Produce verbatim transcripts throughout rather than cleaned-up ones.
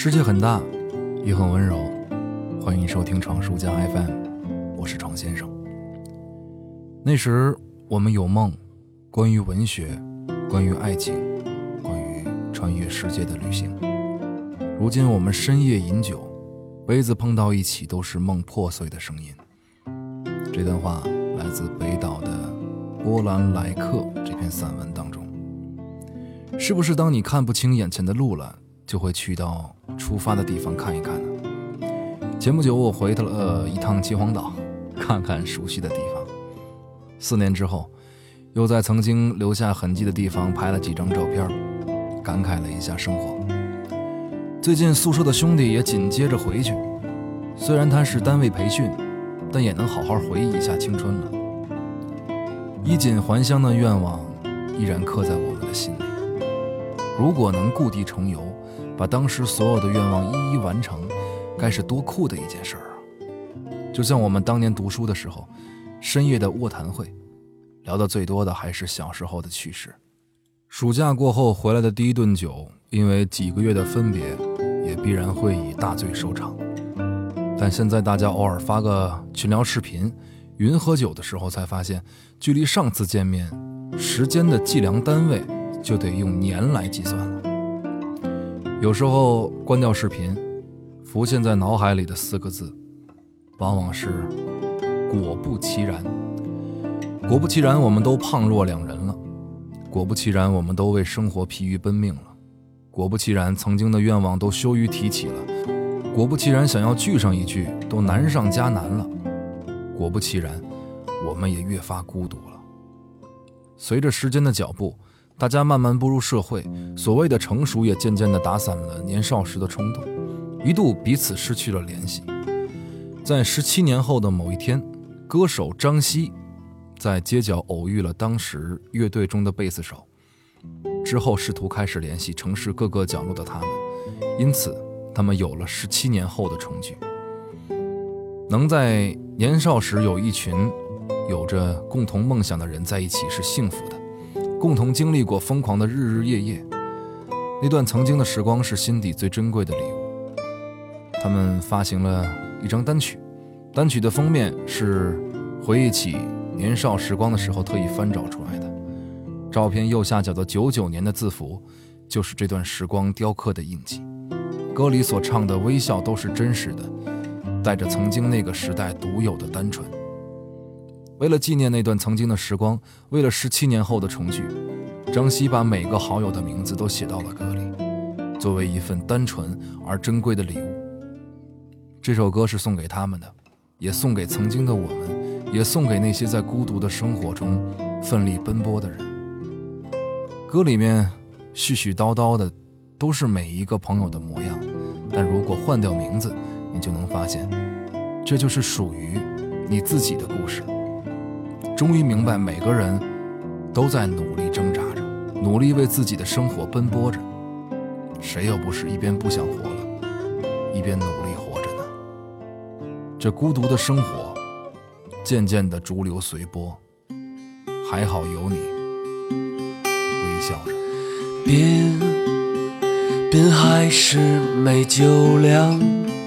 世界很大，也很温柔，欢迎收听闯书家 F M， 我是闯先生。那时我们有梦，关于文学，关于爱情，关于穿越世界的旅行。如今我们深夜饮酒，杯子碰到一起都是梦破碎的声音。这段话来自北岛的波兰莱克这篇散文当中。是不是当你看不清眼前的路了，就会去到出发的地方看一看呢？前不久我回了、呃、一趟秦皇岛，看看熟悉的地方。四年之后，又在曾经留下痕迹的地方拍了几张照片，感慨了一下生活。最近宿舍的兄弟也紧接着回去，虽然他是单位培训，但也能好好回忆一下青春了。衣锦还乡的愿望依然刻在我们的心里。如果能故地重游，把当时所有的愿望一一完成，该是多酷的一件事啊！就像我们当年读书的时候，深夜的卧谈会，聊得最多的还是小时候的趣事。暑假过后回来的第一顿酒，因为几个月的分别，也必然会以大醉收场。但现在大家偶尔发个群聊视频，云喝酒的时候，才发现距离上次见面时间的计量单位就得用年来计算了。有时候关掉视频，浮现在脑海里的四个字往往是果不其然。果不其然，我们都胖若两人了。果不其然，我们都为生活疲于奔命了。果不其然，曾经的愿望都羞于提起了。果不其然，想要聚上一聚都难上加难了。果不其然，我们也越发孤独了。随着时间的脚步，大家慢慢步入社会，所谓的成熟也渐渐地打散了年少时的冲动，一度彼此失去了联系。在十七年后的某一天，歌手张希在街角偶遇了当时乐队中的贝斯手，之后试图开始联系城市各个角落的他们，因此他们有了十七年后的重聚。能在年少时有一群有着共同梦想的人在一起是幸福的，共同经历过疯狂的日日夜夜，那段曾经的时光是心底最珍贵的礼物。他们发行了一张单曲，单曲的封面是回忆起年少时光的时候特意翻找出来的，照片右下角的九九年的字符就是这段时光雕刻的印记。歌里所唱的微笑都是真实的，带着曾经那个时代独有的单纯。为了纪念那段曾经的时光，为了十七年后的重聚，张希把每个好友的名字都写到了歌里，作为一份单纯而珍贵的礼物。这首歌是送给他们的，也送给曾经的我们，也送给那些在孤独的生活中奋力奔波的人。歌里面絮絮叨叨的都是每一个朋友的模样，但如果换掉名字，你就能发现，这就是属于你自己的故事。终于明白，每个人都在努力挣扎着，努力为自己的生活奔波着。谁又不是一边不想活了，一边努力活着呢？这孤独的生活渐渐的逐流随波，还好有你微笑着。 边边还是没酒量，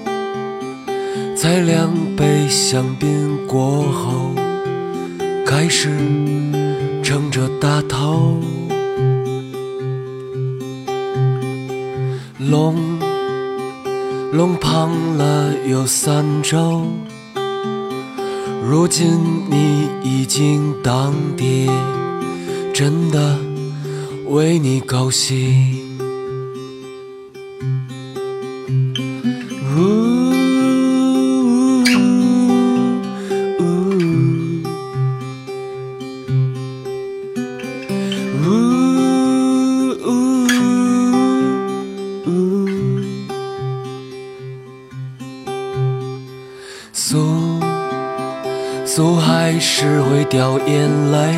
在两杯香槟过后，开始撑着大头，龙龙胖了有三周，如今你已经当爹，真的为你高兴。苏苏还是会掉眼泪，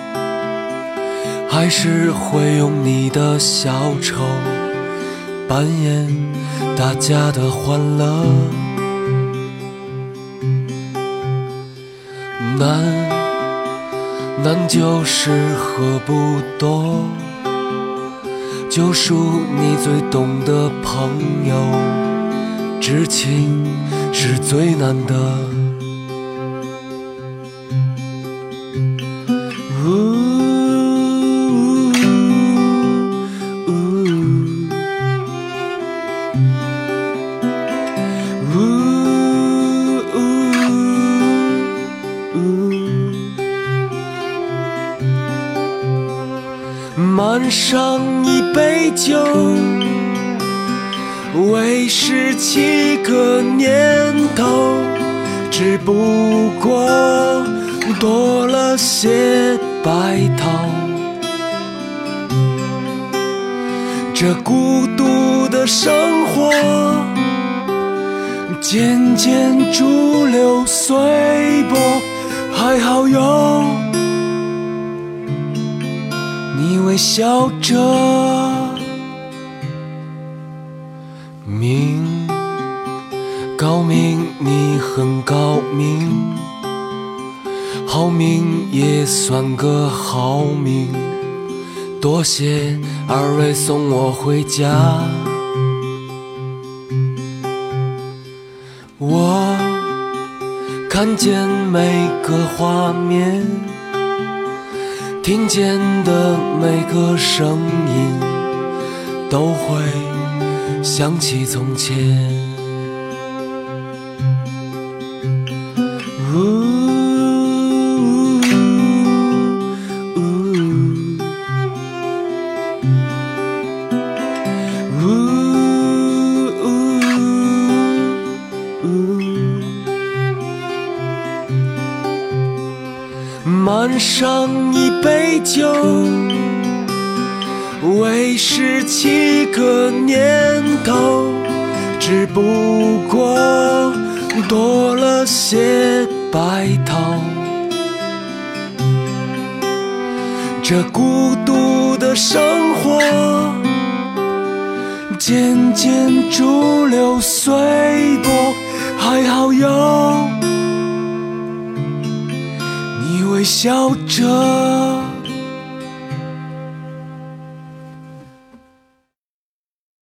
还是会用你的小丑扮演大家的欢乐。难难就是喝不多， 就属你最懂的朋友，知情是最难的。满上一杯酒，为十七个年头，只不过多了些白头。这孤独的生活渐渐逐流随波，还好有你微笑着，明高明，你很高明，好命也算个好命。多谢二位送我回家，我看见每个画面，听见的每个声音，都会想起从前。满上一杯酒，为十七个年头，只不过多了些白头。这孤独的生活渐渐逐流随波，还好有你微笑着，